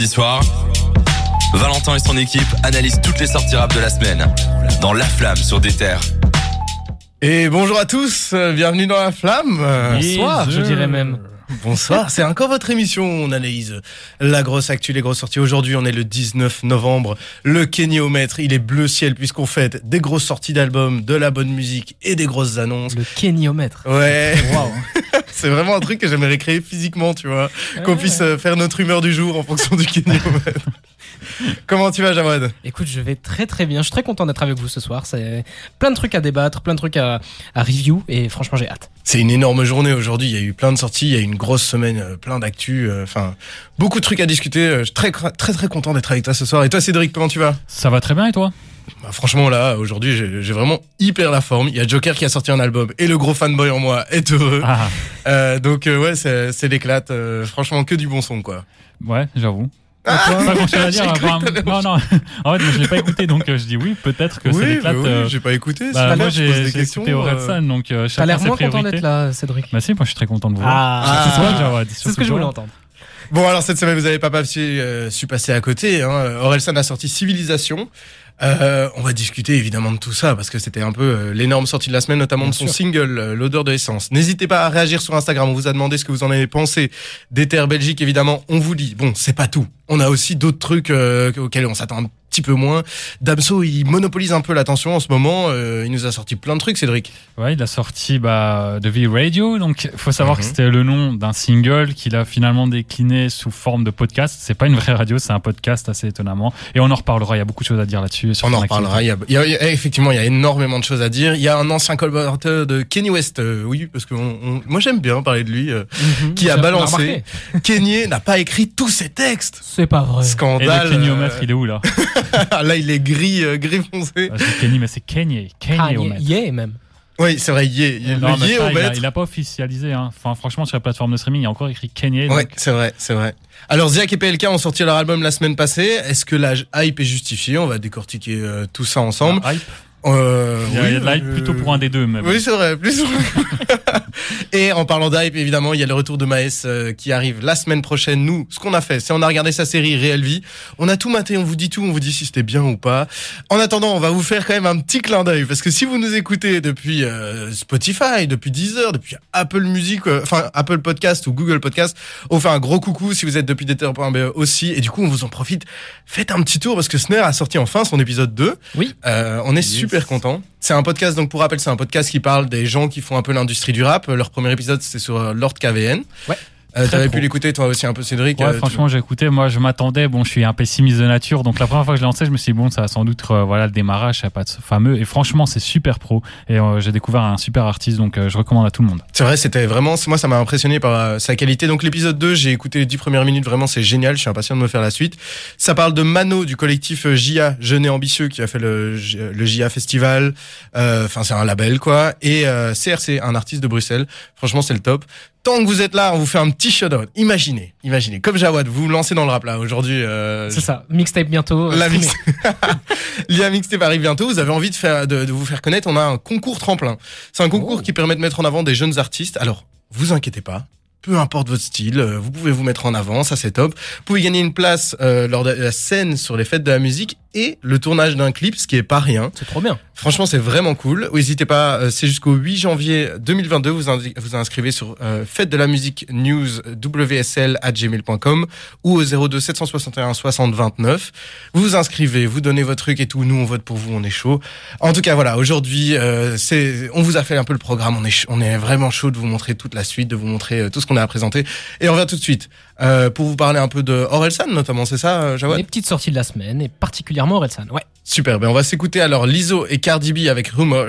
Soir, Valentin et son équipe analysent toutes les sorties rap de la semaine dans La Flamme sur des terres. Et bonjour à tous, bienvenue dans La Flamme. Bonsoir, je dirais même. Bonsoir, c'est encore votre émission, on analyse la grosse actu, les grosses sorties. Aujourd'hui, on est le 19 novembre, le Kennyomètre, il est bleu ciel puisqu'on fête des grosses sorties d'albums, de la bonne musique et des grosses annonces. Le Kennyomètre. Ouais. Waouh. C'est vraiment un truc que j'aimerais créer physiquement, tu vois, qu'on puisse faire notre humeur du jour en fonction du Kennyomètre. Comment tu vas, Jawad ? Écoute, je vais très très bien. Je suis très content d'être avec vous ce soir. C'est plein de trucs à débattre, plein de trucs à review et franchement, j'ai hâte. C'est une énorme journée aujourd'hui. Il y a eu plein de sorties, il y a eu une grosse semaine, plein d'actu. Enfin, beaucoup de trucs à discuter. Je suis très très content d'être avec toi ce soir. Et toi, Cédric, comment tu vas ? Ça va très bien et toi ? Bah, franchement, là, aujourd'hui, j'ai vraiment hyper la forme. Il y a Joker qui a sorti un album et le gros fanboy en moi est heureux. Donc, ouais, c'est l'éclate. Franchement, que du bon son, quoi. Ouais, j'avoue. Pas grand chose à dire. Non. En fait, moi, je l'ai pas écouté, donc je dis oui, peut-être que c'est l'éclate. Oui, j'ai pas écouté. Moi, j'ai écouté Orelsan, donc T'as chacun l'air ses moins priorités. content d'être là, Cédric. Bah si, moi, je suis très content de vous voir. C'est ce que je voulais entendre. Bon, alors cette semaine, vous avez pas su passer à côté. Orelsan a sorti Civilisation. On va discuter évidemment de tout ça parce que c'était un peu l'énorme sortie de la semaine, notamment de son single L'odeur de l'essence. N'hésitez pas à réagir sur Instagram, on vous a demandé ce que vous en avez pensé. Des terres Belgique, évidemment, on vous dit, bon, c'est pas tout. On a aussi d'autres trucs auxquels on s'attend un petit peu moins. Damso, il monopolise un peu l'attention en ce moment. Il nous a sorti plein de trucs, Cédric. Ouais, il a sorti The V-Radio. Donc, faut savoir que c'était le nom d'un single qu'il a finalement décliné sous forme de podcast. C'est pas une vraie radio, c'est un podcast assez étonnamment. Et on en reparlera. Il y a beaucoup de choses à dire là-dessus. On en reparlera. Effectivement, il y a énormément de choses à dire. Il y a un ancien collaborateur de Kanye West. Oui, parce que moi j'aime bien parler de lui, qui a balancé. Kanye n'a pas écrit tous ses textes. C'est pas vrai. Scandale. Et le Kennyomètre, il est où là? Là, il est gris foncé. C'est Kenny, mais c'est Kanye. Yeah, même. Oui, c'est vrai, il a pas officialisé. Enfin, franchement, sur la plateforme de streaming, il y a encore écrit Kanye. Ouais, c'est vrai. Alors, Ziak et PLK ont sorti leur album la semaine passée. Est-ce que la hype est justifiée ? On va décortiquer tout ça ensemble. La hype. Il y a de l'hype plutôt pour un des deux. Mais bon. Oui, c'est vrai. Et en parlant d'hype, évidemment, il y a le retour de Maes qui arrive la semaine prochaine. Nous, ce qu'on a fait, c'est on a regardé sa série Réelle Vie. On a tout maté, on vous dit tout, on vous dit si c'était bien ou pas. En attendant, on va vous faire quand même un petit clin d'œil parce que si vous nous écoutez depuis Spotify, depuis Deezer, depuis Apple Music, Apple Podcast ou Google Podcast, on fait un gros coucou si vous êtes depuis Deter.be aussi. Et du coup, on vous en profite. Faites un petit tour parce que Snare a sorti enfin son épisode 2. Oui. On est super content. C'est un podcast, donc pour rappel, c'est un podcast qui parle des gens qui font un peu l'industrie du rap. Leur premier épisode, c'était sur Lord KVN. Ouais. T'avais pu l'écouter toi aussi un peu, Cédric? Ouais, franchement, j'ai écouté. Moi, je m'attendais. Bon, je suis un pessimiste de nature, donc la première fois que je l'ai lancé, je me suis dit bon, ça va sans doute le démarrage, ça va pas être fameux. Et franchement, c'est super pro. Et j'ai découvert un super artiste, donc je recommande à tout le monde. C'est vrai, c'était vraiment, moi, ça m'a impressionné par sa qualité. Donc l'épisode 2, j'ai écouté les 10 premières minutes. Vraiment, c'est génial. Je suis impatient de me faire la suite. Ça parle de Mano du collectif JA, Jeune et Ambitieux, qui a fait le JA Festival. Enfin, c'est un label quoi. Et CRC, un artiste de Bruxelles. Franchement, c'est le top. Tant que vous êtes là, on vous fait un petit shout-out. Imaginez, comme Jawad, vous vous lancez dans le rap là aujourd'hui. C'est ça, mixtape bientôt. L'IA mixtape arrive bientôt. Vous avez envie de vous faire connaître. On a un concours tremplin. C'est un concours qui permet de mettre en avant des jeunes artistes. Alors, vous inquiétez pas. Peu importe votre style, vous pouvez vous mettre en avant, ça c'est top. Vous pouvez gagner une place lors de la scène sur les fêtes de la musique et le tournage d'un clip, ce qui est pas rien. C'est trop bien. Franchement, c'est vraiment cool. N'hésitez pas, c'est jusqu'au 8 janvier 2022. Vous inscrivez sur fête de la musique news wsl@gmail.com ou au 02 761 60 29. Vous vous inscrivez, vous donnez votre truc et tout. Nous, on vote pour vous, on est chaud. En tout cas, voilà. Aujourd'hui, on vous a fait un peu le programme. On est vraiment chaud de vous montrer toute la suite, de vous montrer tout ce qu'on a à présenter. Et on revient tout de suite pour vous parler un peu de Orelsan, notamment. C'est ça, Jawad? Les petites sorties de la semaine et particulièrement Orelsan. Ouais. Super, on va s'écouter alors Lizzo et Cardi B avec Rumors.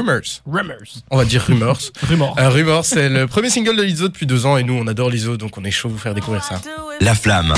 On va dire Rumors. Rumors, c'est le premier single de Lizzo depuis 2 ans et nous on adore Lizzo donc on est chaud de vous faire découvrir ça. La Flamme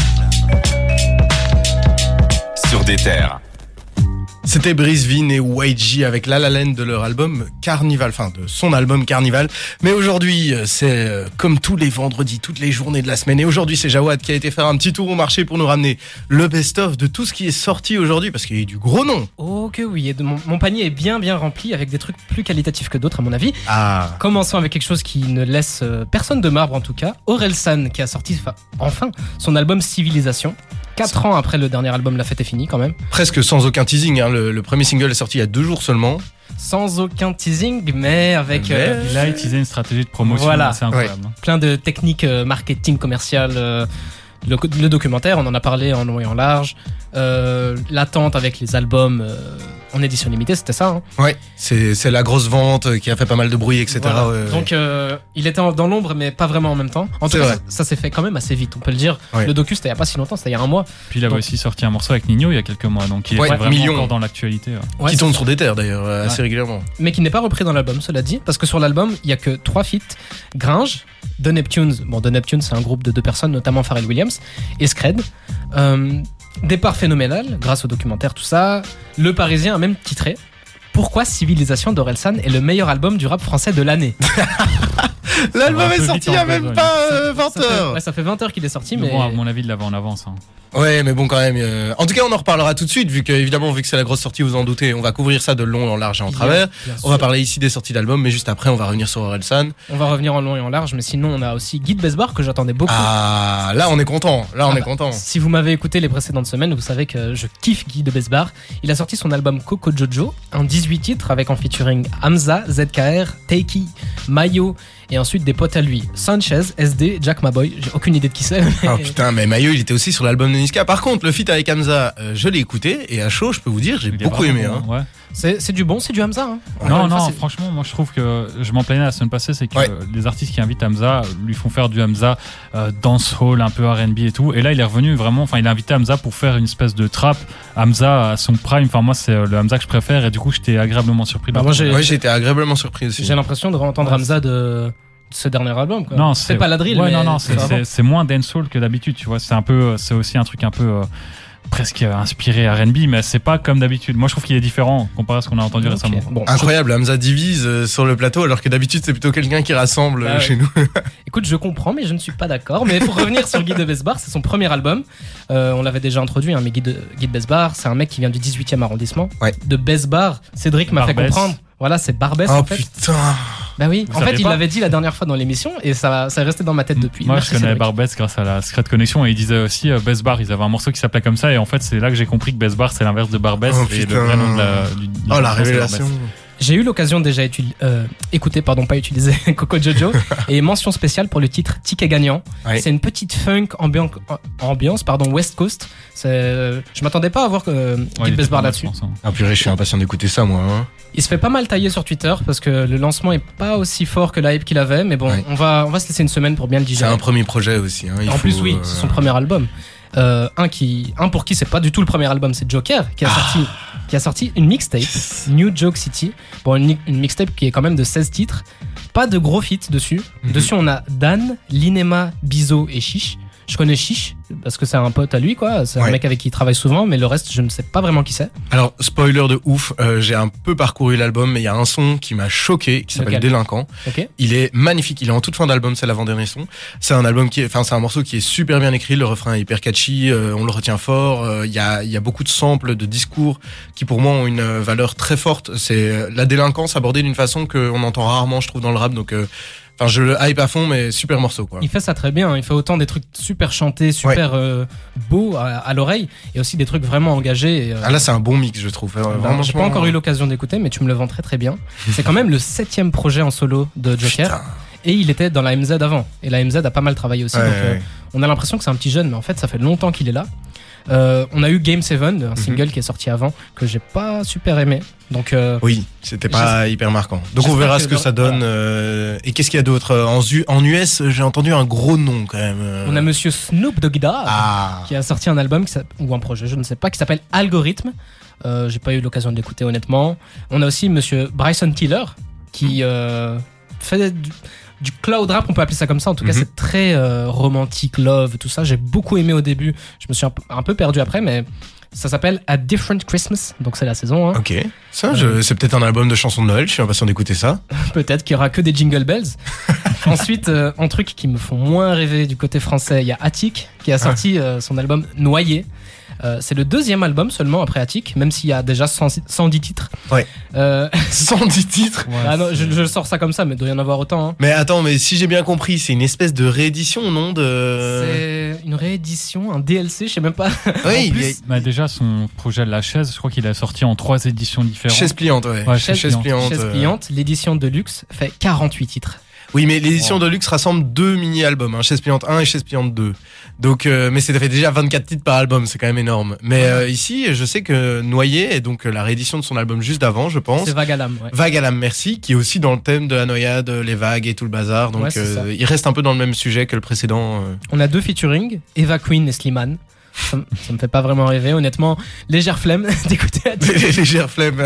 sur des terres. C'était Brisvin et YG avec La La Land de leur album Carnival, de son album Carnival. Mais aujourd'hui, c'est comme tous les vendredis, toutes les journées de la semaine. Et aujourd'hui, c'est Jawad qui a été faire un petit tour au marché pour nous ramener le best-of de tout ce qui est sorti aujourd'hui, parce qu'il y a eu du gros nom. Oh que oui, et mon panier est bien rempli avec des trucs plus qualitatifs que d'autres à mon avis. Commençons avec quelque chose qui ne laisse personne de marbre en tout cas. Orelsan qui a sorti enfin son album Civilisation. 4 ans après le dernier album La Fête est finie quand même. Presque sans aucun teasing, hein. Le premier single est sorti il y a 2 jours seulement. Sans aucun teasing, mais avec... Il a utilisé une stratégie de promotion assez incroyable. Ouais. Plein de techniques marketing commercial. Le documentaire, on en a parlé en long et en large. L'attente avec les albums en édition limitée, c'était ça. Hein. Ouais, c'est la grosse vente qui a fait pas mal de bruit, etc. Voilà. Donc il était dans l'ombre, mais pas vraiment en même temps. En tout cas, ça s'est fait quand même assez vite, on peut le dire. Ouais. Le docu, c'était il n'y a pas si longtemps, c'était il y a 1 mois. Puis il avait aussi sorti un morceau avec Nino il y a quelques mois, donc il est vraiment encore dans l'actualité. Ouais, qui tourne sur des terres d'ailleurs, assez régulièrement. Mais qui n'est pas repris dans l'album, cela dit, parce que sur l'album, il n'y a que 3 feats. Gringe, The Neptunes, The Neptunes c'est un groupe de 2 personnes, notamment Pharrell Williams, et Scred. Départ phénoménal, grâce au documentaire, tout ça. Le Parisien a même titré Pourquoi Civilisation d'Orelsan est le meilleur album du rap français de l'année. L'album est sorti il n'y a même pas 20 heures. Ça fait 20 heures qu'il est sorti, mais... Bon, à mon avis, il l'avait en avance. Hein. Ouais, mais bon, quand même. En tout cas, on en reparlera tout de suite, vu que c'est la grosse sortie, vous en doutez. On va couvrir ça de long en large et en travers. On va parler ici des sorties d'albums, mais juste après, on va revenir sur Orelsan. On va revenir en long et en large, mais sinon, on a aussi Guy de Besbar, que j'attendais beaucoup. Ah, là, on est content. Si vous m'avez écouté les précédentes semaines, vous savez que je kiffe Guy de Besbar. Il a sorti son album Coco Jojo, en 18 titres, avec en featuring Hamza, ZKR, Taiki, Mayo, et ensuite des potes à lui, Sanchez, SD, Jack Maboy, j'ai aucune idée de qui c'est. Mais... Oh putain, mais Mayo il était aussi sur l'album de Niska. Par contre, le feat avec Hamza, je l'ai écouté et à chaud, je peux vous dire, j'ai beaucoup aimé. Hein. Ouais. C'est du bon, c'est du Hamza. Hein. Non, franchement, moi je trouve que je m'en plaignais la semaine passée, c'est que les artistes qui invitent Hamza lui font faire du Hamza dancehall, un peu R&B et tout. Et là, il est revenu vraiment, enfin, il a invité Hamza pour faire une espèce de trap. Hamza à son prime, enfin, moi, c'est le Hamza que je préfère et du coup, j'étais agréablement surpris. Moi, j'ai été agréablement surpris aussi. J'ai l'impression de réentendre Hamza de ce dernier album, quoi. Non, c'est pas la drill, mais c'est moins dancehall que d'habitude, tu vois. C'est aussi un truc un peu presque inspiré R&B, mais c'est pas comme d'habitude. Moi, je trouve qu'il est différent comparé à ce qu'on a entendu récemment. Bon, incroyable, Hamza divise sur le plateau, alors que d'habitude, c'est plutôt quelqu'un qui rassemble chez nous. Écoute, je comprends, mais je ne suis pas d'accord. Mais pour revenir sur Guy de Besbar, c'est son premier album. On l'avait déjà introduit, hein, mais Guy de Besbar, c'est un mec qui vient du 18e arrondissement. Ouais. De Besbar, Cédric m'a fait comprendre. Voilà, c'est Barbès en fait. Putain. Bah oui, en fait, il l'avait dit la dernière fois dans l'émission et ça est resté dans ma tête depuis. Moi, je connais Barbès grâce à la Secret Connection et il disait aussi Besbar, ils avaient un morceau qui s'appelait comme ça et en fait, c'est là que j'ai compris que Besbar, c'est l'inverse de Barbès et le vrai nom de la révélation. J'ai eu l'occasion déjà écouter, pas utiliser Coco Jojo et mention spéciale pour le titre Ticket gagnant. Ouais. C'est une petite funk ambiance West Coast. Je m'attendais pas à voir Guy de Besbar là-dessus. Ah purée, je suis impatient d'écouter ça moi. Hein. Il se fait pas mal tailler sur Twitter parce que le lancement est pas aussi fort que la hype qu'il avait, mais bon, on va se laisser une semaine pour bien le digérer. C'est un premier projet aussi. Hein. Plus, c'est son premier album. Un pour qui c'est pas du tout le premier album, c'est Joker qui a sorti une mixtape, New Joke City. Bon, une mixtape qui est quand même de 16 titres. Pas de gros feats dessus. Dessus, on a Dan, Linema, Bizo et Chiche. Je connais Chiche parce que c'est un pote à lui, quoi. C'est un mec avec qui il travaille souvent, mais le reste, je ne sais pas vraiment qui c'est. Alors, spoiler de ouf, j'ai un peu parcouru l'album, mais il y a un son qui m'a choqué, qui s'appelle Délinquant. Okay. Il est magnifique, il est en toute fin d'album, c'est l'avant-dernier son. C'est un morceau qui est super bien écrit, le refrain est hyper catchy, on le retient fort. Il y a beaucoup de samples, de discours qui pour moi ont une valeur très forte. C'est la délinquance abordée d'une façon qu'on entend rarement, je trouve, dans le rap. Donc enfin, je le hype à fond, mais super morceau, quoi. Il fait ça très bien. Il fait autant des trucs super chantés, super beaux à l'oreille, et aussi des trucs vraiment engagés. Là, c'est un bon mix, je trouve. Vraiment, j'ai pas encore eu l'occasion d'écouter, mais tu me le vends très très bien. C'est quand même le 7e projet en solo de Joker. Putain. Et il était dans la MZ avant. Et la MZ a pas mal travaillé aussi. Donc, on a l'impression que c'est un petit jeune, mais en fait, ça fait longtemps qu'il est là. On a eu Game 7, un single qui est sorti avant, que j'ai pas super aimé. Donc, oui, c'était pas hyper marquant. Donc on verra ce que ça donne. Voilà. Et qu'est-ce qu'il y a d'autre en US, j'ai entendu un gros nom quand même. On a monsieur Snoop Doggy Dogg qui a sorti un album ou un projet, je ne sais pas, qui s'appelle Algorithme. J'ai pas eu l'occasion de l'écouter honnêtement. On a aussi monsieur Bryson Tiller qui fait du cloud rap, on peut appeler ça comme ça. En tout cas, c'est très romantique, love, tout ça. J'ai beaucoup aimé au début. Je me suis un peu perdu après, mais ça s'appelle A Different Christmas. Donc c'est la saison. Hein. Ok. Ça, c'est peut-être un album de chansons de Noël. Je suis impatient d'écouter ça. Peut-être qu'il y aura que des jingle bells. Ensuite, un truc qui me font moins rêver du côté français, il y a Attic qui a sorti son album Noyé. C'est le 2e album seulement après Attic, même s'il y a déjà 110 titres. Ouais. 110 titres. Ouais, Ah non, je sors ça comme ça, mais il doit y en avoir autant. Hein. Mais attends, mais si j'ai bien compris, c'est une espèce de réédition, non C'est une réédition, un DLC, je sais même pas. Oui, En plus, Bah déjà, son projet La Chaise, je crois qu'il a sorti en 3 éditions différentes. chaise pliante, ouais. Ouais, Chaise pliante. Chaise pliante, l'édition de luxe fait 48 titres. Oui, mais l'édition de luxe rassemble 2 mini-albums, Chaise pliante 1 et Chaise pliante 2. Donc, mais ça fait déjà 24 titres par album, c'est quand même énorme. Mais ici, je sais que Noyer est donc la réédition de son album juste d'avant, je pense. C'est Vague à l'âme, ouais. Vague à l'âme, merci, qui est aussi dans le thème de la noyade, les vagues et tout le bazar. Donc, Ouais, c'est ça. il reste un peu dans le même sujet que le précédent. On a 2 featuring, Eva Queen et Slimane. Ça me fait pas vraiment rêver, honnêtement. Légère flemme d'écouter Attic. Les légères flemmes.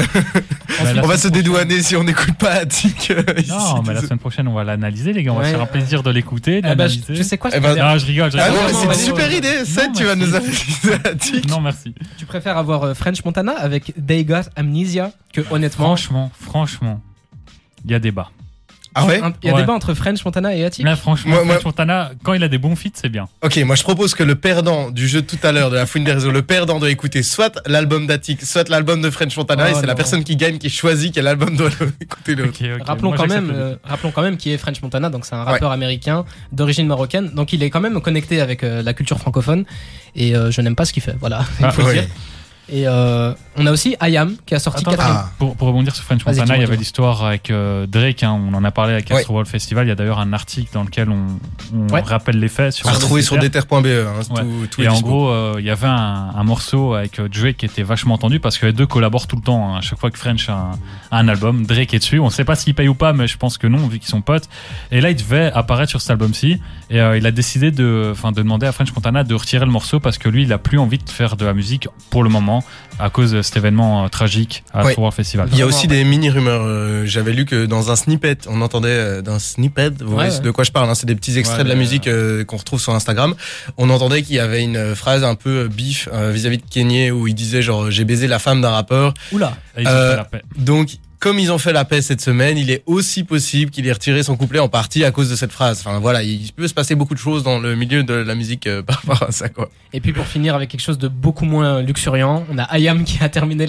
la On va semaine se dédouaner si on n'écoute pas Attic. Ici. Non, mais la semaine prochaine, on va l'analyser, les gars. On va Ouais. se faire un plaisir de l'écouter, de Eh ben, l'analyser. tu sais quoi, Eh ben, Ah, je rigole. Ah non, non, mais c'est non, une non, super non, idée. Seth, non, tu vas merci. nous analyser Attic. Non, merci. Tu préfères avoir French Montana avec They Got Amnesia que honnêtement. Franchement, il y a débat. Ah ouais? Il y a Ouais. débat entre French Montana et Attic. Là, franchement, Moi- French Montana, quand il a des bons feats, c'est bien. Ok, moi je propose que le perdant du jeu de tout à l'heure de la fouine des réseaux, le perdant doit écouter soit l'album d'Attic, soit l'album de French Montana, Oh, et c'est la non. personne qui gagne qui choisit quel album doit écouter l'autre. Ok. Rappelons, Moi, quand j'accepte même, le débat. rappelons quand même qui est French Montana, donc c'est un rappeur américain d'origine marocaine, donc il est quand même connecté avec la culture francophone et je n'aime pas ce qu'il fait, voilà, il Ah, faut ouais. dire. Et on a a IAM qui a sorti Attends, 4 Ah. Pour rebondir sur French Vas-y, Montana, il y dis-moi. avait l'histoire avec Drake, hein, on en a parlé avec Ouais. Astro World Festival. Il y a d'ailleurs un article dans lequel on Ouais. rappelle les faits. À retrouver sur Déter. deter.be, hein, Ouais. tout Et est en dispo. gros, il y avait un morceau avec Drake qui était vachement entendu parce que les deux collaborent tout le temps. Hein. À chaque fois que French a un album, Drake est dessus. On ne sait pas s'il paye ou pas, mais je pense que non, vu qu'ils sont potes. Et là, il devait apparaître sur cet album-ci. Et il a décidé de demander à French Montana de retirer le morceau parce que lui, il a plus envie de faire de la musique pour le moment à cause de cet événement tragique à Ouais. Astro World Festival. Il y a aussi des mini-rumeurs. J'avais lu que dans un snippet, on entendait d'un snippet, vous voyez ouais. de quoi je parle, hein, c'est des petits extraits Ouais, de la mais, musique qu'on retrouve sur Instagram. On entendait qu'il y avait une phrase un peu bif vis-à-vis de Kanye où il disait genre j'ai baisé la femme d'un rappeur. Oula, Et ils ont fait la paix. Donc comme ils ont fait la paix cette semaine, il est aussi possible qu'il ait retiré son couplet en partie à cause de cette phrase. Enfin voilà, il peut se passer beaucoup de choses dans le milieu de la musique par rapport à ça quoi. et puis pour finir avec quelque chose de beaucoup moins luxuriant, on a IAM qui a terminé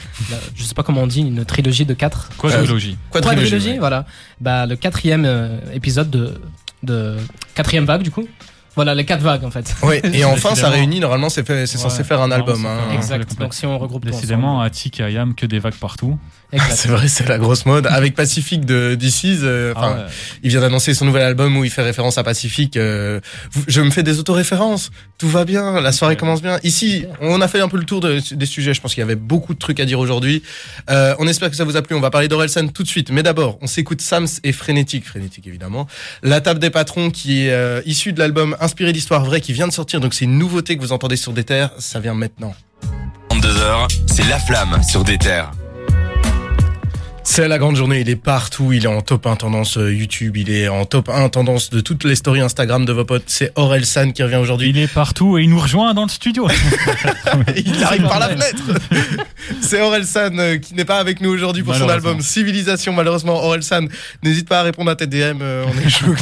je sais pas comment on dit, une trilogie de 4. Quadrilogie. Quadrilogie, ouais. voilà. Bah, le 4e épisode de 4e vague, du coup. Voilà, les 4 vagues, en fait. Ouais, et enfin ça Décidément. réunit, normalement c'est censé Ouais, faire un album. normalement, Hein. c'est Exact. complet. Donc, si on regroupe tout Décidément, ensemble. Attic et IAM, que des vagues partout. Exact. C'est vrai, c'est la grosse mode. Avec Pacific de DC's, Ah ouais. il vient d'annoncer son nouvel album où il fait référence à Pacific. Je me fais des autoréférences. Tout va bien, la soirée commence bien. Ici, on a fait un peu le tour des sujets. Je pense qu'il y avait beaucoup de trucs à dire aujourd'hui. On espère que ça vous a plu. On va parler d'Orelsan tout de suite. Mais d'abord, on s'écoute Sams et Frénétique évidemment. La table des patrons qui est issue de l'album Inspiré d'Histoire Vraie qui vient de sortir. Donc c'est une nouveauté que vous entendez sur des terres. Ça vient maintenant. 22h, c'est La Flamme sur des terres. C'est la grande journée, il est partout, il est en top 1 tendance YouTube, il est en top 1 tendance de toutes les stories Instagram de vos potes. C'est Orelsan qui revient aujourd'hui. Il est partout et il nous rejoint dans le studio. Il arrive par la fenêtre. C'est Orelsan qui n'est pas avec nous aujourd'hui pour son Malheureusement. album Civilisation. Malheureusement, Orelsan, n'hésite pas à répondre à tes DM, on est chaud.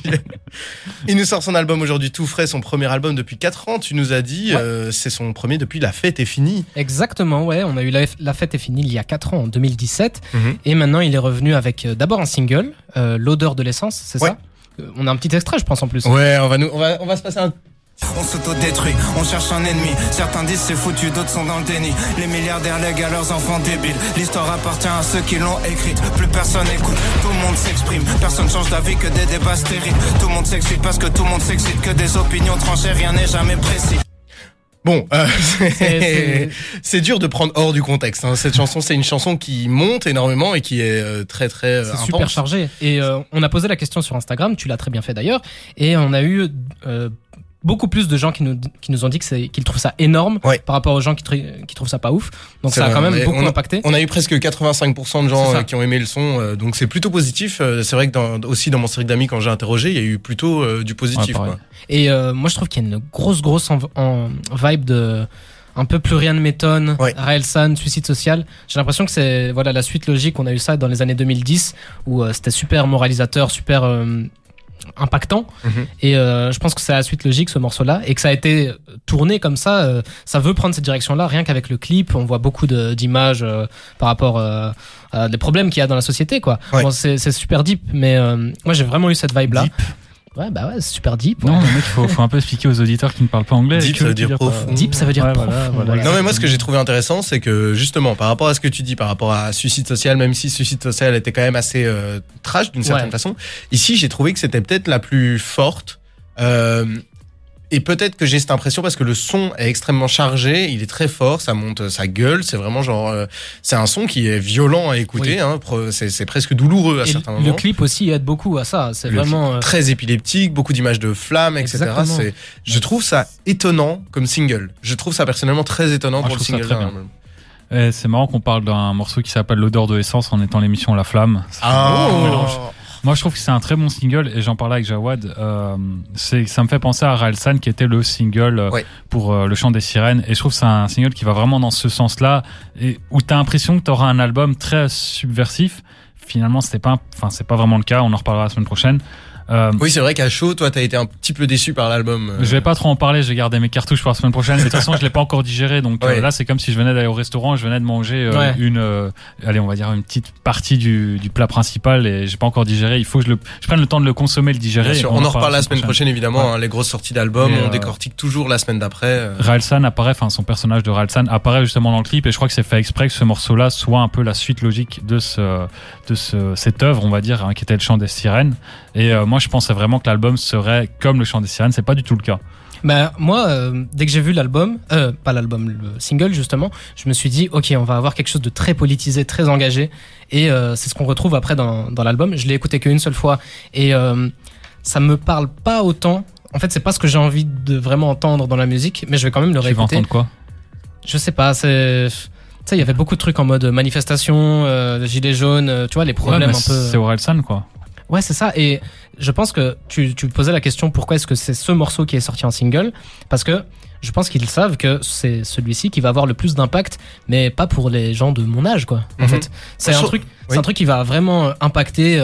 Il nous sort son album aujourd'hui tout frais, son premier album depuis 4 ans, tu nous as dit. C'est son premier depuis La Fête est finie. Exactement, ouais. On a eu La Fête est finie il y a 4 ans, en 2017. Et maintenant, il est revenu avec d'abord un single, L'odeur de l'essence, c'est Ouais. ça On a un petit extrait, je pense, en plus. Ouais, on va se passer un... On s'auto-détruit, on cherche un ennemi. Certains disent c'est foutu, d'autres sont dans le déni. Les milliardaires lèguent à leurs enfants débiles. L'histoire appartient à ceux qui l'ont écrite. Plus personne écoute, tout le monde s'exprime. Personne change d'avis, que des débats stériles. Tout le monde s'excite parce que tout le monde s'excite. Que des opinions tranchées, rien n'est jamais précis. Bon, C'est- c'est dur de prendre hors du contexte. Hein. Cette chanson, c'est une chanson qui monte énormément et qui est très très C'est intense. super chargé. Et on a posé la question sur Instagram, tu l'as très bien fait d'ailleurs, et on a eu beaucoup plus de gens qui nous ont dit qu'ils trouvent ça énorme Ouais. par rapport aux gens qui trouvent ça pas ouf. Donc C'est ça a vrai, quand même mais beaucoup impacté. On a eu presque 85% de gens C'est ça. qui ont aimé le son, donc c'est plutôt positif. C'est vrai que aussi dans mon cercle d'amis, quand j'ai interrogé, il y a eu plutôt du positif. Ouais, pareil. Quoi. Et moi je trouve qu'il y a une grosse en vibe de un peu plus rien ne m'étonne, Ouais. Raelsan, suicide social. J'ai l'impression que c'est la suite logique. On a eu ça dans les années 2010 où c'était super moralisateur, super impactant. Et je pense que c'est la suite logique, ce morceau-là, et que ça a été tourné comme ça. Ça veut prendre cette direction-là, rien qu'avec le clip. On voit beaucoup d'images par rapport à des problèmes qu'il y a dans la société, quoi. Ouais. Bon, c'est super deep, mais moi j'ai vraiment eu cette vibe-là. Deep. Ouais, c'est super deep. Non, mais mec, faut un peu expliquer aux auditeurs qui ne parlent pas anglais. Deep, ça veut dire profond. Deep, ça veut dire profond. Voilà. Non mais moi ce que j'ai trouvé intéressant c'est que justement par rapport à ce que tu dis par rapport à Suicide Social, même si Suicide Social était quand même assez trash d'une certaine façon, ici j'ai trouvé que c'était peut-être la plus forte et peut-être que j'ai cette impression parce que le son est extrêmement chargé, il est très fort, ça monte, ça gueule, c'est vraiment genre c'est un son qui est violent à écouter, c'est presque douloureux à certains moments. Le clip aussi aide beaucoup à ça, c'est vraiment très épileptique, beaucoup d'images de flammes, etc. Je trouve ça étonnant comme single. Je trouve ça personnellement très étonnant pour le single. C'est marrant qu'on parle d'un morceau qui s'appelle L'odeur de l'essence en étant l'émission La Flamme. Moi, je trouve que c'est un très bon single et j'en parlais avec Jawad. Ça me fait penser à Raelsan qui était le single pour Le Chant des Sirènes. Et je trouve que c'est un single qui va vraiment dans ce sens-là et où tu as l'impression que tu auras un album très subversif. Finalement, c'est pas vraiment le cas. On en reparlera la semaine prochaine. Oui, c'est vrai qu'à chaud, toi, t'as été un petit peu déçu par l'album. Je vais pas trop en parler, j'ai gardé mes cartouches pour la semaine prochaine. Mais de toute façon, je l'ai pas encore digéré. Donc là, c'est comme si je venais d'aller au restaurant, je venais de manger on va dire une petite partie du plat principal et j'ai pas encore digéré. Il faut que je prenne le temps de le consommer, le digérer. Bien sûr, on en reparle la semaine prochaine évidemment. Les grosses sorties d'albums, on décortique toujours la semaine d'après. Raelsan apparaît, son personnage de Raelsan apparaît justement dans le clip et je crois que c'est fait exprès que ce morceau-là soit un peu la suite logique de cette œuvre, on va dire, qui était Le Chant des Sirènes. Et moi, je pensais vraiment que l'album serait comme Le Chant des Sirènes. C'est pas du tout le cas. Moi, dès que j'ai vu l'album, pas l'album, le single justement, je me suis dit, ok, on va avoir quelque chose de très politisé, très engagé. Et c'est ce qu'on retrouve après dans l'album. Je l'ai écouté qu'une seule fois et ça me parle pas autant. En fait, c'est pas ce que j'ai envie de vraiment entendre dans la musique, mais je vais quand même le réécouter. Tu vas entendre quoi ? Je sais pas. Tu sais, il y avait beaucoup de trucs en mode manifestation, gilets jaunes, tu vois, les problèmes un peu. C'est Orelsan, quoi. Ouais, c'est ça. Et je pense que tu posais la question pourquoi est-ce que c'est ce morceau qui est sorti en single ? Parce que je pense qu'ils savent que c'est celui-ci qui va avoir le plus d'impact, mais pas pour les gens de mon âge, quoi. En fait, c'est un truc qui va vraiment impacter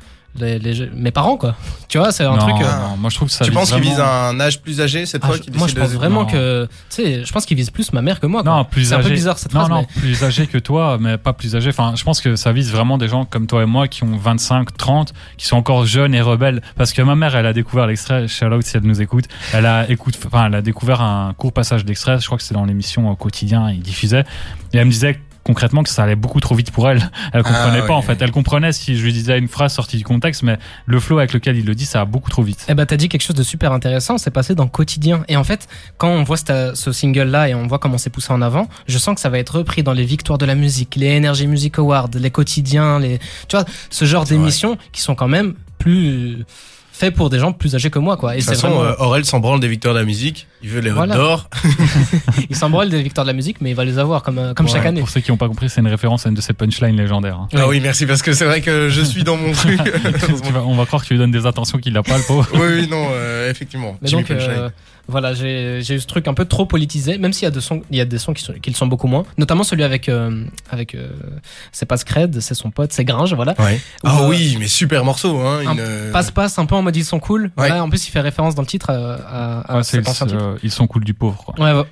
mes parents, quoi. Tu vois, c'est un truc. Non, moi je trouve que ça. Tu penses vraiment... qu'il vise un âge plus âgé cette fois Moi je pense vraiment que. Tu sais, je pense qu'il vise plus ma mère que moi, quoi. Non, plus c'est âgé. un peu bizarre cette phrase. Non, plus âgé que toi, mais pas plus âgé. Enfin, je pense que ça vise vraiment des gens comme toi et moi qui ont 25, 30, qui sont encore jeunes et rebelles. Parce que ma mère, elle a découvert l'extrait, shout out si elle nous écoute, elle a découvert un court passage d'extrait, je crois que c'était dans l'émission au quotidien, il diffusait. Et elle me disait concrètement que ça allait beaucoup trop vite pour elle. Elle comprenait pas en fait. Elle comprenait si je lui disais une phrase sortie du contexte, mais le flow avec lequel il le dit, ça va beaucoup trop vite. T'as dit quelque chose de super intéressant, c'est passé dans Quotidien. Et en fait, quand on voit ce single-là et on voit comment c'est poussé en avant, je sens que ça va être repris dans les victoires de la musique, les Energy Music Awards, les quotidiens, tu vois, ce genre d'émissions qui sont quand même plus fait pour des gens plus âgés que moi, quoi. Et de toute façon, Aurel s'en branle des victoires de la musique. Il veut les d'or. Il s'en branle des victoires de la musique, mais il va les avoir comme chaque année. Pour ceux qui n'ont pas compris, c'est une référence à une de ces punchlines légendaires. Hein. Ah oui, merci, parce que c'est vrai que je suis dans mon truc. On va croire que tu lui donnes des attentions qu'il n'a pas, le pauvre. Oui, non, effectivement. Mais donc, voilà, j'ai eu ce truc un peu trop politisé, même s'il y a des sons qui le sont beaucoup moins, notamment celui avec c'est pas Scred, c'est son pote, c'est Gringe, voilà. Ouais. Oui, mais super morceau, hein. Passe un peu en mode ils sont cool. Ouais. Voilà, en plus il fait référence dans le titre à cet ancien titre. Ils sont cool du pauvre, quoi. Ouais.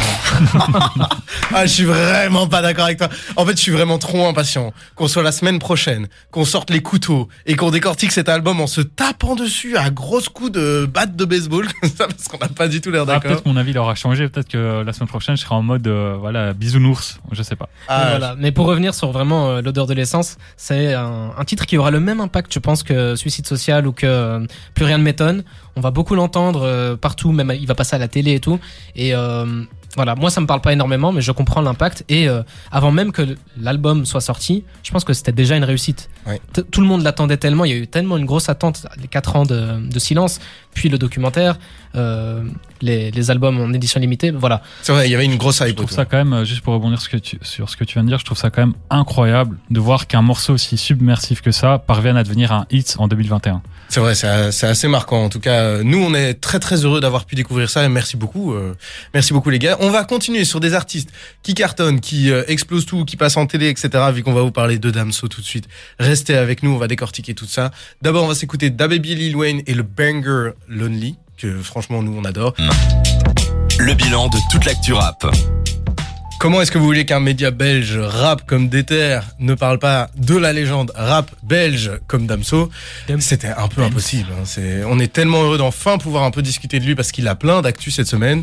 Je suis vraiment pas d'accord avec toi. En fait, je suis vraiment trop impatient qu'on soit la semaine prochaine, qu'on sorte les couteaux et qu'on décortique cet album en se tapant dessus à grosses coups de batte de baseball comme ça, parce qu'on n'a pas du tout l'air d'accord. Peut-être mon avis il aura changé. Peut-être que la semaine prochaine je serai en mode bisounours. Je sais pas. Voilà. Mais pour revenir sur vraiment l'odeur de l'essence, c'est un titre qui aura le même impact, je pense, que Suicide Social ou que Plus rien ne m'étonne. On va beaucoup l'entendre partout, même il va passer à la télé et tout. Et voilà, moi ça me parle pas énormément, mais je comprends l'impact. Et avant même que l'album soit sorti, je pense que c'était déjà une réussite. Ouais. Tout le monde l'attendait tellement, il y a eu tellement une grosse attente, les 4 ans de silence. puis le documentaire, les albums en édition limitée, voilà. C'est vrai, il y avait une grosse hype. Je trouve ça quand même, juste pour rebondir sur ce que tu viens de dire, je trouve ça quand même incroyable de voir qu'un morceau aussi submersif que ça parvienne à devenir un hit en 2021. C'est vrai, c'est assez marquant. En tout cas, nous, on est très très heureux d'avoir pu découvrir ça et merci beaucoup les gars. On va continuer sur des artistes qui cartonnent, qui explosent tout, qui passent en télé, etc. Vu qu'on va vous parler de Damso tout de suite. Restez avec nous, on va décortiquer tout ça. D'abord, on va s'écouter DaBaby, Lil Wayne et le banger Lonely, que franchement, nous, on adore. Le bilan de toute l'actu rap. Comment est-ce que vous voulez qu'un média belge rap comme Déter ne parle pas de la légende rap belge comme Damso? C'était un peu impossible. On est tellement heureux d'enfin pouvoir un peu discuter de lui parce qu'il a plein d'actu cette semaine.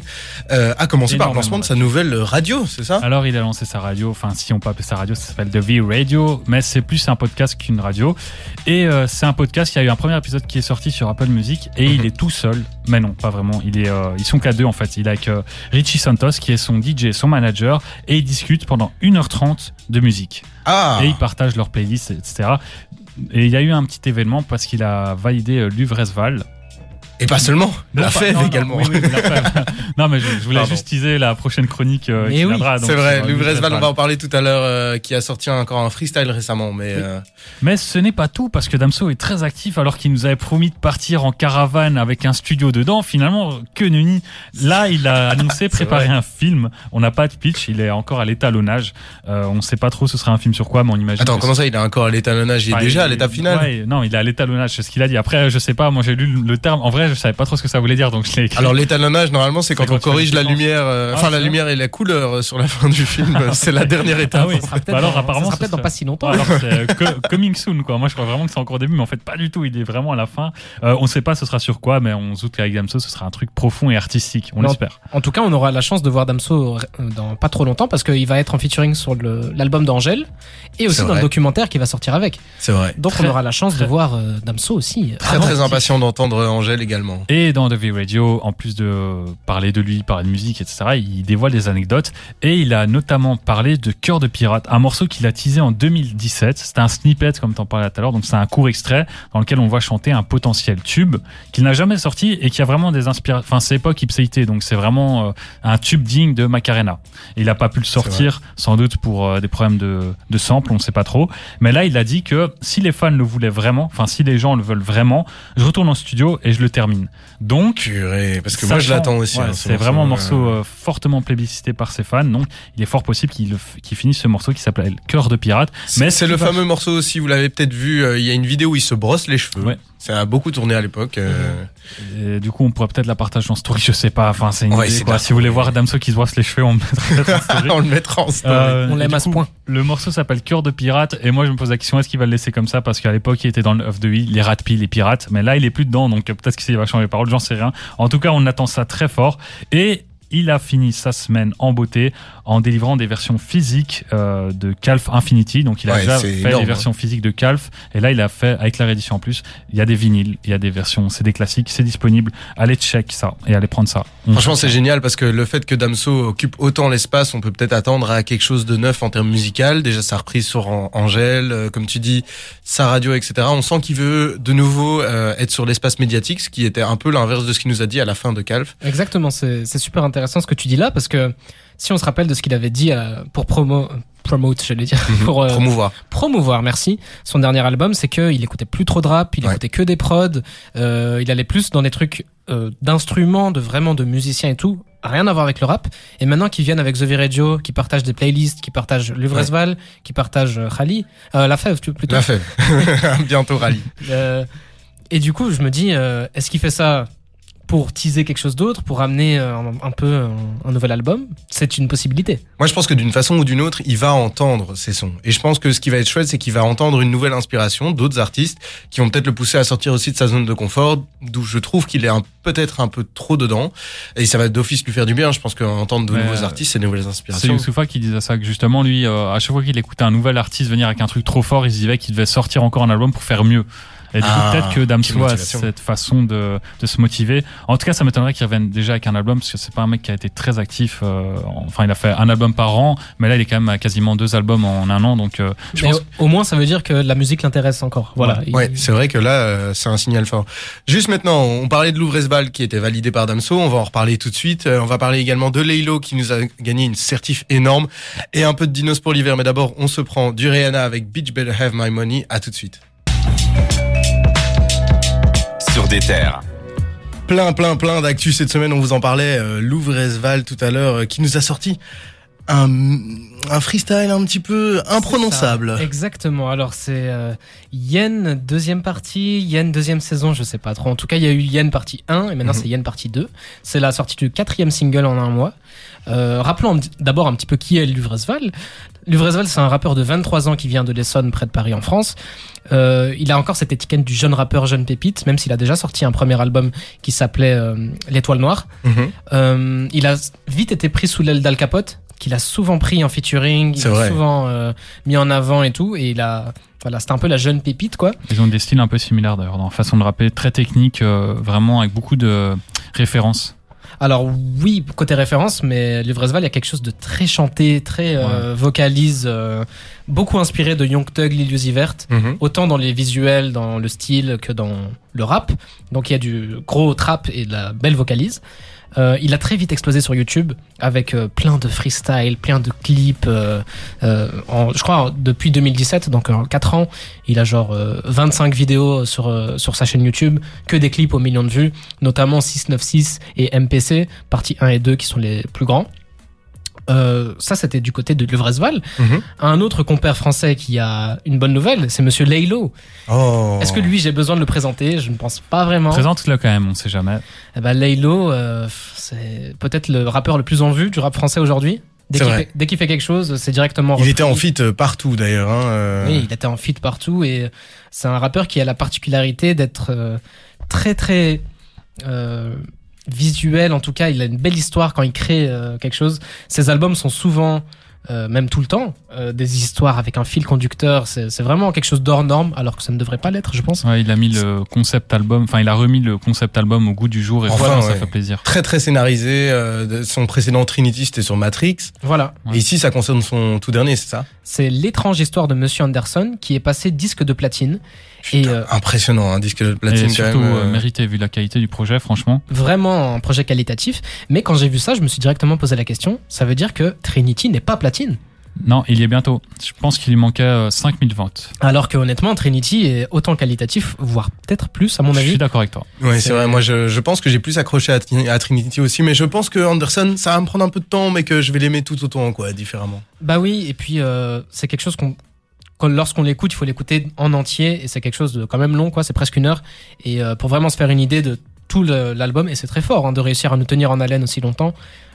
À commencer par le lancement de sa nouvelle radio, c'est ça? Alors il a lancé sa radio, enfin si on peut appeler sa radio, ça s'appelle The V Radio, mais c'est plus un podcast qu'une radio. Et c'est un podcast, il y a eu un premier épisode qui est sorti sur Apple Music et il est tout seul. Mais non, pas vraiment. Ils sont qu'à deux en fait. Il est avec Richie Santos qui est son DJ, son manager. Et ils discutent pendant 1h30 de musique. Ah. Et ils partagent leurs playlists, etc. Et il y a eu un petit événement parce qu'il a validé l'Uvresval. Et pas seulement, la fève également. Oui, non, mais je voulais juste teaser la prochaine chronique qui viendra. C'est vrai, l'Uvresval, on va en parler tout à l'heure, qui a sorti encore un freestyle récemment. Mais ce n'est pas tout, parce que Damso est très actif, alors qu'il nous avait promis de partir en caravane avec un studio dedans. Finalement, que nenni. Là, il a annoncé préparer un film. On n'a pas de pitch, il est encore à l'étalonnage. On ne sait pas trop ce sera un film sur quoi, mais on imagine. Attends, comment ça, il est encore à l'étalonnage? Il est déjà à l'étape finale? Ouais, non, il est à l'étalonnage, c'est ce qu'il a dit. Après, je sais pas, moi j'ai lu le terme. En vrai, je savais pas trop ce que ça voulait dire, donc je l'ai écrit. Alors l'étalonnage, normalement, c'est quand on corrige la lumière, la lumière et la couleur sur la fin du film. C'est la dernière étape. Ah oui. Alors apparemment, ça sera peut-être dans pas si longtemps. Alors c'est coming soon, quoi. Moi, je crois vraiment que c'est encore au début, mais en fait, pas du tout. Il est vraiment à la fin. On sait pas ce sera sur quoi, mais on se doute qu'avec Damso, ce sera un truc profond et artistique. On l'espère. En tout cas, on aura la chance de voir Damso dans pas trop longtemps parce qu'il va être en featuring sur l'album d'Angèle et aussi dans le documentaire qui va sortir avec. C'est vrai. Donc on aura la chance de voir Damso aussi. Très impatient d'entendre Angèle également. Et dans The V Radio, en plus de parler de lui, parler de musique, etc., il dévoile des anecdotes et il a notamment parlé de Cœur de pirate, un morceau qu'il a teasé en 2017. C'était un snippet, comme t'en parlais tout à l'heure, donc c'est un court extrait dans lequel on voit chanter un potentiel tube qu'il n'a jamais sorti et qui a vraiment des inspirations. Enfin, c'est époque ipséité, donc c'est vraiment un tube digne de Macarena. Et il n'a pas pu le sortir, sans doute pour des problèmes de sample, on ne sait pas trop. Mais là, il a dit que si les fans le voulaient vraiment, enfin si les gens le veulent vraiment, je retourne en studio et je le termine. Donc, parce que moi je l'attends aussi. Ouais, c'est vraiment un morceau fortement plébiscité par ses fans, donc il est fort possible qu'il finisse ce morceau qui s'appelle Cœur de pirate. Mais c'est le fameux morceau aussi, vous l'avez peut-être vu, il y a une vidéo où il se brosse les cheveux. Ouais. Ça a beaucoup tourné à l'époque. Et du coup, on pourrait peut-être la partager en story, je sais pas. Enfin, c'est une idée, quoi. Si vous voulez voir Damso qui se brosse les cheveux, on le mettra peut-être en story. On le mettra en story. On l'aime à ce point. Le morceau s'appelle Cœur de pirate, et moi je me pose la question, est-ce qu'il va le laisser comme ça? Parce qu'à l'époque, il était dans le Off de I, les Rat Pill, les pirates, mais là, il est plus dedans, donc peut-être qu'il va changer les paroles, j'en sais rien. En tout cas, on attend ça très fort. Et il a fini sa semaine en beauté en délivrant des versions physiques de Calf Infinity. Donc il a déjà fait énorme, les versions physiques de Calf. Et là, il a fait, avec la réédition en plus, il y a des vinyles, il y a des versions, c'est des classiques, c'est disponible. Allez check ça et allez prendre ça. Franchement, c'est génial parce que le fait que Damso occupe autant l'espace, on peut peut-être attendre à quelque chose de neuf en termes musical. Déjà, sa reprise sur Angèle, comme tu dis, sa radio, etc. On sent qu'il veut de nouveau être sur l'espace médiatique, ce qui était un peu l'inverse de ce qu'il nous a dit à la fin de Calf. Exactement, c'est super intéressant ce que tu dis là parce que si on se rappelle de ce qu'il avait dit pour promote, j'allais dire, pour promouvoir, merci, son dernier album, c'est qu'il écoutait plus trop de rap, il écoutait que des prods, il allait plus dans des trucs d'instruments, de musiciens et tout, rien à voir avec le rap. Et maintenant qu'ils viennent avec The V Radio, qui partagent des playlists, qui partagent l'Uvresval, qui partagent Rally, la fève plutôt. La fève, bientôt Rally. Et du coup, je me dis, est-ce qu'il fait ça pour teaser quelque chose d'autre, pour amener un peu un nouvel album? C'est une possibilité. Moi, je pense que d'une façon ou d'une autre, il va entendre ces sons. Et je pense que ce qui va être chouette, c'est qu'il va entendre une nouvelle inspiration d'autres artistes qui vont peut-être le pousser à sortir aussi de sa zone de confort, d'où je trouve qu'il est peut-être un peu trop dedans. Et ça va d'office lui faire du bien. Je pense qu'entendre de nouveaux artistes, c'est de nouvelles inspirations. C'est Youssoupha qui disait ça, que justement, lui, à chaque fois qu'il écoutait un nouvel artiste venir avec un truc trop fort, il se disait qu'il devait sortir encore un album pour faire mieux. Et du coup, peut-être que Damso a cette façon de se motiver. En tout cas, ça m'étonnerait qu'il revienne déjà avec un album, parce que c'est pas un mec qui a été très actif. Enfin, il a fait un album par an, mais là, il est quand même à quasiment 2 albums en un an. Donc, je pense... Au moins, ça veut dire que la musique l'intéresse encore. Voilà. Ouais, c'est vrai que là, c'est un signal fort. Juste maintenant, on parlait de Louvrezval qui était validé par Damso. On va en reparler tout de suite. On va parler également de Laylo qui nous a gagné une certif énorme et un peu de Dinos pour l'hiver. Mais d'abord, on se prend du Rihanna avec Bitch Better Have My Money. À tout de suite. Sur des terres. Plein d'actu cette semaine. On vous en parlait. Louvrezval tout à l'heure qui nous a sorti un freestyle un petit peu imprononçable. Exactement. Alors c'est Yen deuxième partie, Yen deuxième saison, je sais pas trop. En tout cas, il y a eu Yen partie 1 et maintenant c'est Yen partie 2. C'est la sortie du 4e single en un mois. Rappelons d'abord un petit peu qui est Louvrezval. Louvrezval, c'est un rappeur de 23 ans qui vient de l'Essonne, près de Paris en France. Il a encore cette étiquette du jeune rappeur, jeune pépite, même s'il a déjà sorti un premier album qui s'appelait L'Étoile Noire. Il a vite été pris sous l'aile d'Al Capote, qu'il a souvent pris en featuring, il a souvent mis en avant et tout, et voilà, c'était un peu la jeune pépite, quoi. Ils ont des styles un peu similaires d'ailleurs, dans la façon de rapper, très technique, vraiment avec beaucoup de références. Alors oui, côté référence, mais Louvrezval, il y a quelque chose de très chanté, très vocalise, beaucoup inspiré de Young Thug, Lil Uzi Vert, autant dans les visuels, dans le style que dans le rap. Donc il y a du gros trap et de la belle vocalise. Il a très vite explosé sur YouTube avec plein de freestyle, plein de clips. Je crois depuis 2017, donc en 4 ans, il a genre 25 vidéos sur sa chaîne YouTube, que des clips aux millions de vues, notamment 696 et MPC, partie 1 et 2 qui sont les plus grands. Ça c'était du côté de Louvrezval. Un autre compère français qui a une bonne nouvelle, c'est monsieur Laylo. Est-ce que lui j'ai besoin de le présenter? Je ne pense pas vraiment. Présente-le quand même, on sait jamais. Laylo, c'est peut-être le rappeur le plus en vue du rap français aujourd'hui. Dès qu'il fait quelque chose, c'est directement repris. Il était en feat partout d'ailleurs. Oui, il était en feat partout et c'est un rappeur qui a la particularité d'être très visuel. En tout cas, il a une belle histoire quand il crée quelque chose. Ses albums sont souvent, même tout le temps, des histoires avec un fil conducteur. C'est vraiment quelque chose d'hors norme, alors que ça ne devrait pas l'être, je pense. Ouais, il a mis le concept album, enfin il a remis le concept album au goût du jour et enfin, ça fait plaisir. Très scénarisé. Son précédent Trinity, c'était sur Matrix. Voilà. Et ici, ça concerne son tout dernier, c'est ça? C'est l'étrange histoire de Monsieur Anderson qui est passé disque de platine. Putain, impressionnant, un disque de platine et surtout, quand même. Mérité vu la qualité du projet, franchement. Vraiment un projet qualitatif. Mais quand j'ai vu ça, je me suis directement posé la question. Ça veut dire que Trinity n'est pas platine? Non, il y est bientôt. Je pense qu'il lui manquait 5000 ventes. Alors que honnêtement, Trinity est autant qualitatif, voire peut-être plus à mon avis. Je suis d'accord avec toi. Ouais, c'est vrai. Moi, je pense que j'ai plus accroché à Trinity aussi, mais je pense que Anderson, ça va me prendre un peu de temps, mais que je vais l'aimer tout autant, quoi, différemment. Bah oui, et puis c'est quelque chose lorsqu'on l'écoute, il faut l'écouter en entier, et c'est quelque chose de quand même long, quoi. C'est presque 1 heure, et pour vraiment se faire une idée de tout l'album, et c'est très fort de réussir à nous tenir en haleine aussi longtemps.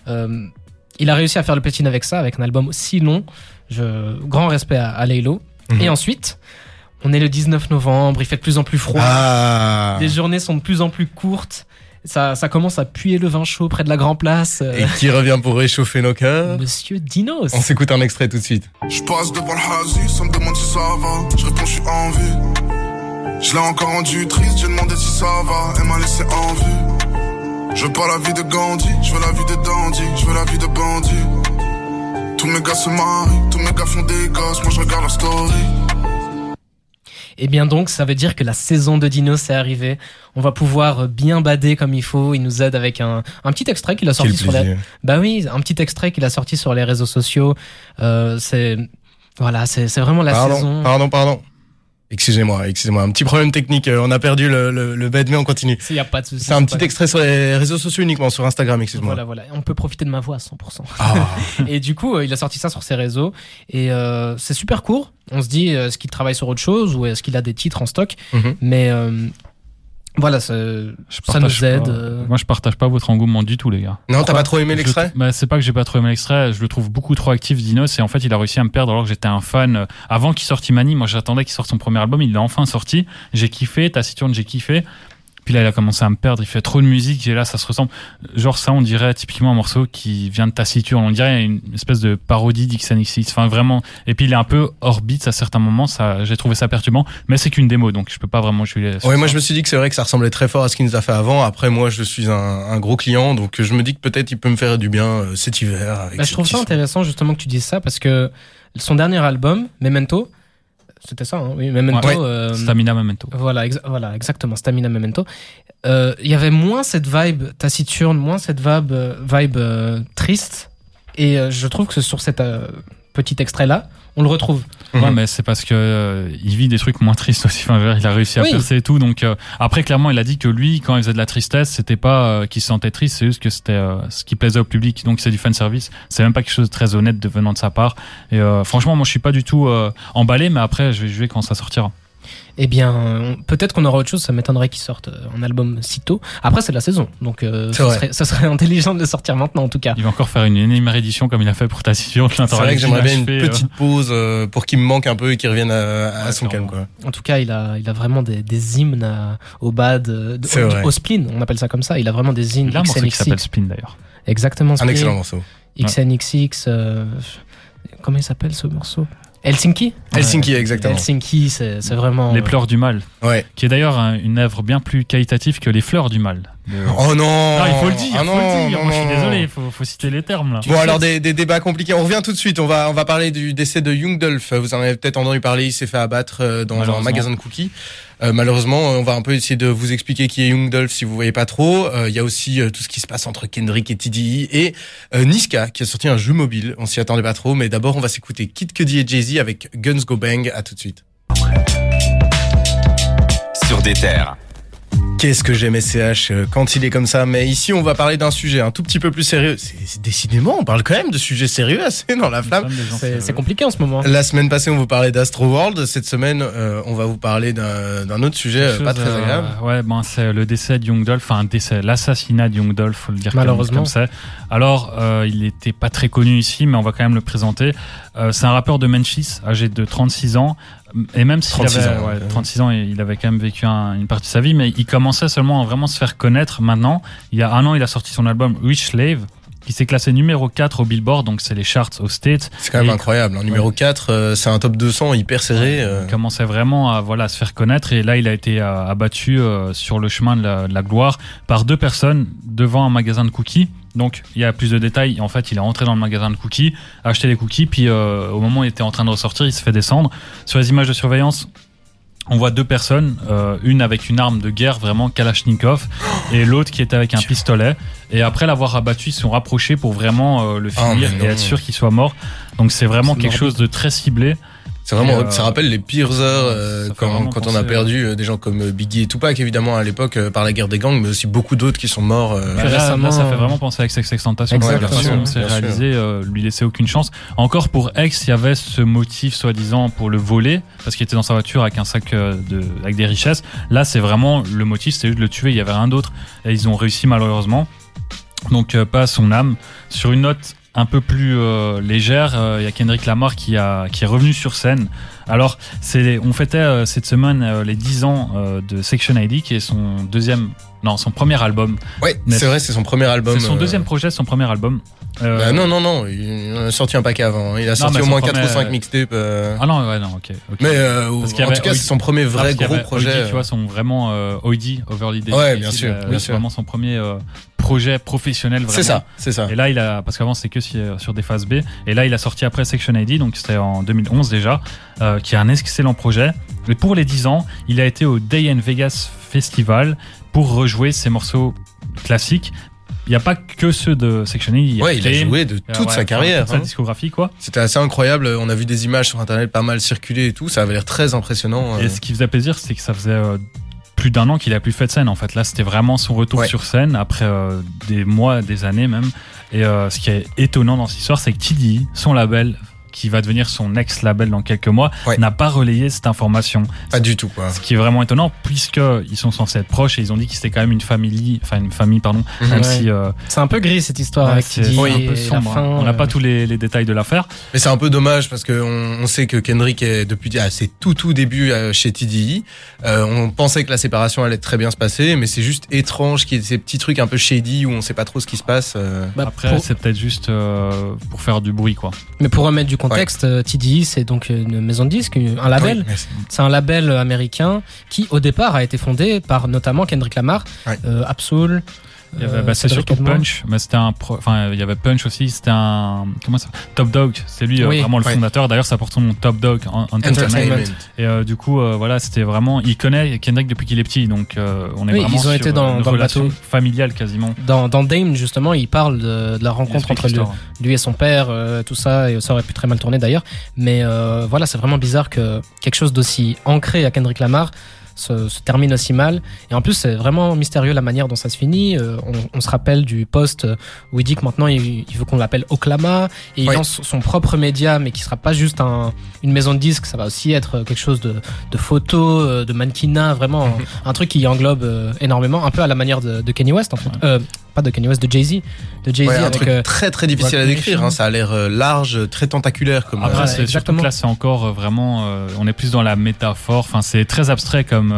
Il a réussi à faire le platine avec ça, avec un album aussi long. Grand respect à Laylo. Et ensuite, on est le 19 novembre, il fait de plus en plus froid. Les journées sont de plus en plus courtes. Ça commence à puer le vin chaud près de la Grand Place. Et qui revient pour réchauffer nos cœurs? Monsieur Dinos. On s'écoute un extrait tout de suite. Je passe devant le Hazy, ça me demande si ça va. Je réponds, je suis en vue. Je l'ai encore rendu triste, j'ai demandé si ça va. Elle m'a laissé en vue. Je veux pas la vie de Gandhi, je veux la vie de Dandy, je veux la vie de bandit. Tous mes gars se marient, tous mes gars font des gosses, moi je regarde leur story. Et bien donc, ça veut dire que la saison de Dinos est arrivée. On va pouvoir bien bader comme il faut. Il nous aide avec un petit extrait qu'il a sorti sur les... Bah oui, un petit extrait qu'il a sorti sur les réseaux sociaux. C'est vraiment la saison. Pardon. Excusez-moi, un petit problème technique. On a perdu le bed, mais on continue. Il y a pas de souci. C'est un petit extrait sur les réseaux sociaux uniquement, sur Instagram, excuse-moi. Voilà. On peut profiter de ma voix à 100%. Et du coup, il a sorti ça sur ses réseaux. Et c'est super court. On se dit, est-ce qu'il travaille sur autre chose ou est-ce qu'il a des titres en stock? Mais voilà, ça nous aide. Moi, je partage pas votre engouement du tout, les gars. Non, t'as pas trop aimé l'extrait? C'est pas que j'ai pas trop aimé l'extrait, je le trouve beaucoup trop actif, Dinos, et en fait, il a réussi à me perdre alors que j'étais un fan. Avant qu'il sorte Imani, moi j'attendais qu'il sorte son premier album, il l'a enfin sorti. J'ai kiffé, Taciturne, j'ai kiffé. Puis là, il a commencé à me perdre. Il fait trop de musique et là, ça se ressemble. Genre ça, on dirait typiquement un morceau qui vient de Taciturne. On dirait une espèce de parodie d'XNXX. Enfin vraiment. Et puis il est un peu hors beat à certains moments. Ça, j'ai trouvé ça perturbant. Mais c'est qu'une démo, donc je peux pas vraiment jouer. Ouais, moi je me suis dit que c'est vrai que ça ressemblait très fort à ce qu'il nous a fait avant. Après, moi, je suis un gros client, donc je me dis que peut-être il peut me faire du bien cet hiver. Avec je trouve ça intéressant justement que tu dises ça parce que son dernier album, Memento. C'était ça, hein, oui, Memento. Ouais. Stamina Memento. Voilà, exactement, Stamina Memento. Il y avait moins cette vibe taciturne, moins cette vibe triste. Et je trouve que sur cet petit extrait-là, on le retrouve. Ouais, mais c'est parce que il vit des trucs moins tristes aussi. Enfin, il a réussi à percer et tout. Donc après, clairement, il a dit que lui, quand il faisait de la tristesse, c'était pas qu'il se sentait triste, c'est juste que c'était ce qui plaisait au public. Donc c'est du fan service. C'est même pas quelque chose de très honnête venant de sa part. Et franchement, moi, je suis pas du tout emballé. Mais après, je vais jouer quand ça sortira. Eh bien, peut-être qu'on aura autre chose. Ça m'étonnerait qu'il sorte un album si tôt. Après, c'est la saison, donc ça serait intelligent de le sortir maintenant, en tout cas. Il va encore faire une énième réédition comme il a fait pour Taciturne. C'est vrai que j'aimerais bien une petite pause pour qu'il me manque un peu et qu'il revienne à son calme, quoi. En tout cas, il a vraiment des hymnes au bad, au spleen. On appelle ça comme ça. Il a vraiment des hymnes. Il a un morceau qui s'appelle Spleen d'ailleurs. Exactement. Un excellent morceau. XNXX. Comment il s'appelle ce morceau? Helsinki, exactement. Helsinki, c'est vraiment... Les pleurs du mal. Ouais. Qui est d'ailleurs une œuvre bien plus qualitative que Les fleurs du mal. Oh non! Non, il faut le dire, Moi, je suis désolé, il faut citer les termes, là. Bon, alors, des débats compliqués. On revient tout de suite. On va parler du décès de Young Dolph. Vous en avez peut-être entendu parler. Il s'est fait abattre dans un magasin de cookies. Malheureusement, on va un peu essayer de vous expliquer qui est Young Dolph si vous voyez pas trop. Il y a aussi tout ce qui se passe entre Kendrick et TDE et Niska qui a sorti un jeu mobile. On s'y attendait pas trop, mais d'abord on va s'écouter Kid Cudi et Jay-Z avec Guns Go Bang. À tout de suite. Sur des terres. Qu'est-ce que j'aime SCH quand il est comme ça. Mais ici, on va parler d'un sujet un tout petit peu plus sérieux. C'est décidément, on parle quand même de sujets sérieux assez dans la flamme. C'est compliqué en ce moment. La semaine passée, on vous parlait d'Astro World. Cette semaine, on va vous parler d'un autre sujet pas très agréable. C'est le décès de Young Dolph. Enfin, l'assassinat de Young Dolph, faut le dire malheureusement comme ça. Alors, il était pas très connu ici, mais on va quand même le présenter. C'est un rappeur de Memphis, âgé de 36 ans. Et même s'il avait 36 ans, il avait quand même vécu une partie de sa vie, mais il commençait seulement à vraiment se faire connaître maintenant. Il y a un an, il a sorti son album Rich Slave, qui s'est classé numéro 4 au Billboard, donc c'est les charts aux States. C'est quand même incroyable. Numéro 4, c'est un top 200 hyper serré. Il commençait vraiment à se faire connaître, et là, il a été abattu sur le chemin de la gloire par deux personnes devant un magasin de cookies. Donc il y a plus de détails. En fait, il est rentré dans le magasin de cookies, a acheté des cookies, puis au moment où il était en train de ressortir, il se fait descendre. Sur les images de surveillance, on voit deux personnes, une avec une arme de guerre, vraiment Kalachnikov, et l'autre qui était avec un pistolet. Et après l'avoir abattu, ils se sont rapprochés pour vraiment le finir et être sûr qu'il soit mort. Donc c'est vraiment quelque chose de très ciblé. C'est vraiment, ça rappelle les pires heures quand on a perdu des gens comme Biggie et Tupac, évidemment, à l'époque, par la guerre des gangs, mais aussi beaucoup d'autres qui sont morts. Là, ça fait vraiment penser à XXXTentacion. La façon dont c'est réalisé, lui laissait aucune chance. Encore pour X, il y avait ce motif, soi-disant, pour le voler, parce qu'il était dans sa voiture avec un sac avec des richesses. Là, c'est vraiment le motif, c'était juste de le tuer, il y avait rien d'autre. Et ils ont réussi, malheureusement. Donc, pas à son âme. Sur une note un peu plus légère, il y a Kendrick Lamar qui est revenu sur scène. Alors, on fêtait cette semaine les 10 ans de Section ID, qui est son premier album. Ouais, c'est vrai, c'est son premier album. C'est son deuxième projet, son premier album. Non, il a sorti un paquet avant. Il a sorti au moins 4 ou 5 mixtapes. Ah non, ok. Mais en tout cas, c'est son premier vrai gros projet. OD, tu vois, son vraiment OD, Overly Dedicated. Ouais, bien sûr. C'est vraiment son premier projet professionnel, vraiment. C'est ça. Et là, parce qu'avant, c'était que sur des phases B. Et là, il a sorti après Section ID, donc c'était en 2011 déjà, qui est un excellent projet. Mais pour les 10 ans, il a été au Day in Vegas Festival pour rejouer ses morceaux classiques. Il n'y a pas que ceux de Section ID. Il a joué de toute sa carrière. Toute sa discographie, quoi. C'était assez incroyable. On a vu des images sur Internet pas mal circuler et tout. Ça avait l'air très impressionnant. Et ce qui faisait plaisir, c'est que ça faisait plus d'un an qu'il a plus fait de scène. En fait, là, c'était vraiment son retour sur scène après des mois, des années même. Et ce qui est étonnant dans cette histoire, c'est que TDE, son label, qui va devenir son ex-label dans quelques mois, Ouais. n'a pas relayé cette information. Pas du tout, quoi. Ce qui est vraiment étonnant, puisqu'ils sont censés être proches et ils ont dit que c'était quand même une famille, même Ouais. si C'est un peu gris cette histoire avec c'est Tidy un et peu la sombre. fin, On n'a pas tous les détails de l'affaire. Mais c'est un peu dommage parce que on sait que Kendrick est depuis ses tout début chez TDI. On pensait que la séparation allait très bien se passer, mais c'est juste étrange qu'il y ait ces petits trucs un peu shady où on sait pas trop ce qui se passe. Bah, Après, c'est peut-être juste pour faire du bruit, quoi. Mais pour remettre du contexte, TDI c'est donc une maison de disques, un label. Oui, C'est un label américain qui au départ a été fondé par notamment Kendrick Lamar, Ouais. Absol. Il y avait, c'est Cédric surtout Edmond. Punch, mais c'était il y avait Punch aussi, c'était comment ça, Top Dog, c'est lui Oui, vraiment le ouais. fondateur. D'ailleurs, ça porte son nom, Top Dog Entertainment. Entertainment. Et du coup, voilà, c'était vraiment, il connaît Kendrick depuis qu'il est petit, donc on est Oui, vraiment ils ont sur été dans une le relation bateau. familiale quasiment. Dans Dame justement, il parle de la rencontre entre lui et son père, tout ça, et ça aurait pu très mal tourner d'ailleurs. Mais voilà, c'est vraiment bizarre que quelque chose d'aussi ancré à Kendrick Lamar se termine aussi mal. Et en plus, c'est vraiment mystérieux la manière dont ça se finit. On se rappelle du post où il dit que maintenant il veut qu'on l'appelle Oklama, et il Ouais. lance son propre média, mais qui sera pas juste une maison de disques, ça va aussi être quelque chose de photos, de mannequinat, vraiment un truc qui englobe énormément, un peu à la manière de Kanye West en fait. Pas de Kanye West, de Jay-Z. De Jay-Z Ouais, un avec truc très difficile à décrire. Ça a l'air large, très tentaculaire. Comme Après, Ouais, c'est surtout exactement. que là, c'est encore vraiment, on est plus dans la métaphore. Enfin, c'est très abstrait comme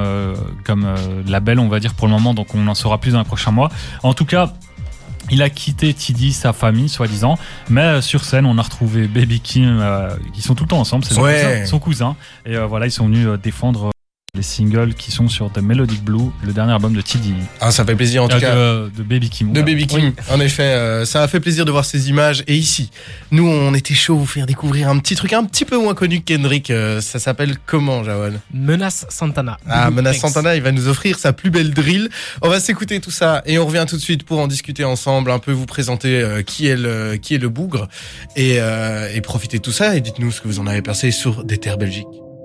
label, on va dire pour le moment. Donc, on en saura plus dans les prochains mois. En tout cas. Il a quitté TD, sa famille, soi-disant, mais sur scène, on a retrouvé Baby Kim, qui sont tout le temps ensemble, c'est son cousin. Et voilà, ils sont venus défendre les singles qui sont sur The Melodic Blue, le dernier album de TD. Ah, ça fait plaisir en tout cas. De Baby Kim. De voilà. Baby Kim, en effet, ça a fait plaisir de voir ces images. Et ici, nous, on était chaud vous faire découvrir un petit truc un petit peu moins connu que Kendrick. Ça s'appelle comment, Jawad? Menace Santana. Ah, Menace Thanks. Santana, il va nous offrir sa plus belle drill. On va s'écouter tout ça et on revient tout de suite pour en discuter ensemble, un peu vous présenter qui est le bougre et profiter de tout ça et dites-nous ce que vous en avez pensé sur Des Terres Belgiques.